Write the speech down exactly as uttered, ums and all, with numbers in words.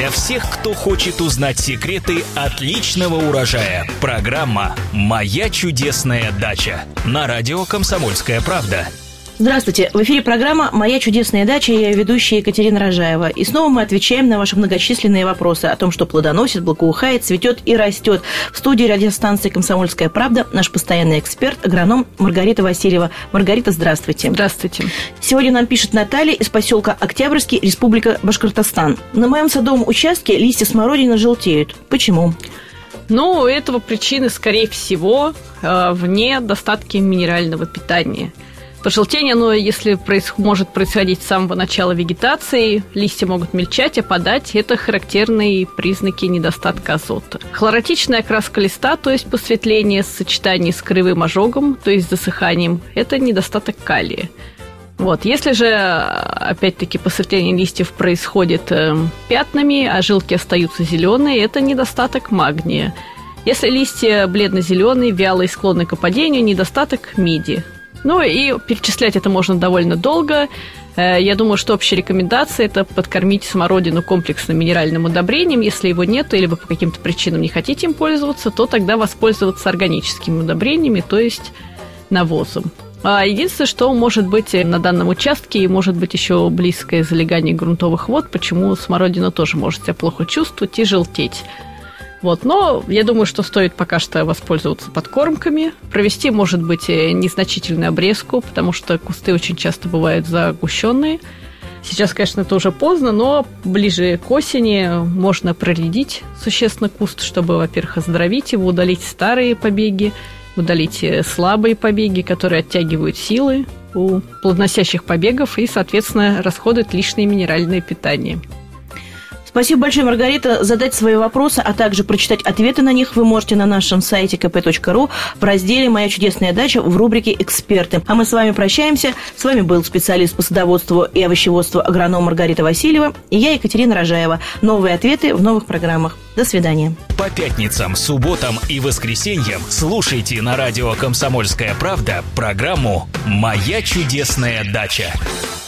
Для всех, кто хочет узнать секреты отличного урожая. Программа «Моя чудесная дача» на радио «Комсомольская правда». Здравствуйте, в эфире программа «Моя чудесная дача», я ее ведущая Екатерина Рожаева. И снова мы отвечаем на ваши многочисленные вопросы о том, что плодоносит, благоухает, цветет и растет. В студии радиостанции «Комсомольская правда» наш постоянный эксперт, агроном Маргарита Васильева. Маргарита, здравствуйте. Здравствуйте. Сегодня нам пишет Наталья из поселка Октябрьский, Республика Башкортостан. На моем садовом участке листья смородины желтеют. Почему? Ну, у этого причины, скорее всего, в недостатке минерального питания. Пожелтение, оно, если проис... может происходить с самого начала вегетации, листья могут мельчать, опадать, это характерные признаки недостатка азота. Хлоротичная окраска листа, то есть посветление в сочетании с кривым ожогом, то есть засыханием, это недостаток калия. Вот. Если же, опять-таки, посветление листьев происходит э, пятнами, а жилки остаются зеленые, это недостаток магния. Если листья бледно-зеленые, вялые, склонны к опадению, недостаток меди. Ну и перечислять это можно довольно долго. Я думаю, что общая рекомендация – это подкормить смородину комплексным минеральным удобрением. Если его нет, или вы по каким-то причинам не хотите им пользоваться, то тогда воспользоваться органическими удобрениями, то есть навозом. Единственное, что может быть на данном участке, и может быть еще близкое залегание грунтовых вод, почему смородина тоже может себя плохо чувствовать и желтеть. Вот, но я думаю, что стоит пока что воспользоваться подкормками, провести, может быть, незначительную обрезку, потому что кусты очень часто бывают загущенные. Сейчас, конечно, это уже поздно, но ближе к осени можно проредить существенно куст, чтобы, во-первых, оздоровить его, удалить старые побеги, удалить слабые побеги, которые оттягивают силы у плодоносящих побегов и, соответственно, расходуют лишнее минеральное питание. Спасибо большое, Маргарита. Задать свои вопросы, а также прочитать ответы на них вы можете на нашем сайте ка пэ точка ру в разделе «Моя чудесная дача» в рубрике «Эксперты». А мы с вами прощаемся. С вами был специалист по садоводству и овощеводству агроном Маргарита Васильева и я, Екатерина Рожаева. Новые ответы в новых программах. До свидания. По пятницам, субботам и воскресеньям слушайте на радио «Комсомольская правда» программу «Моя чудесная дача».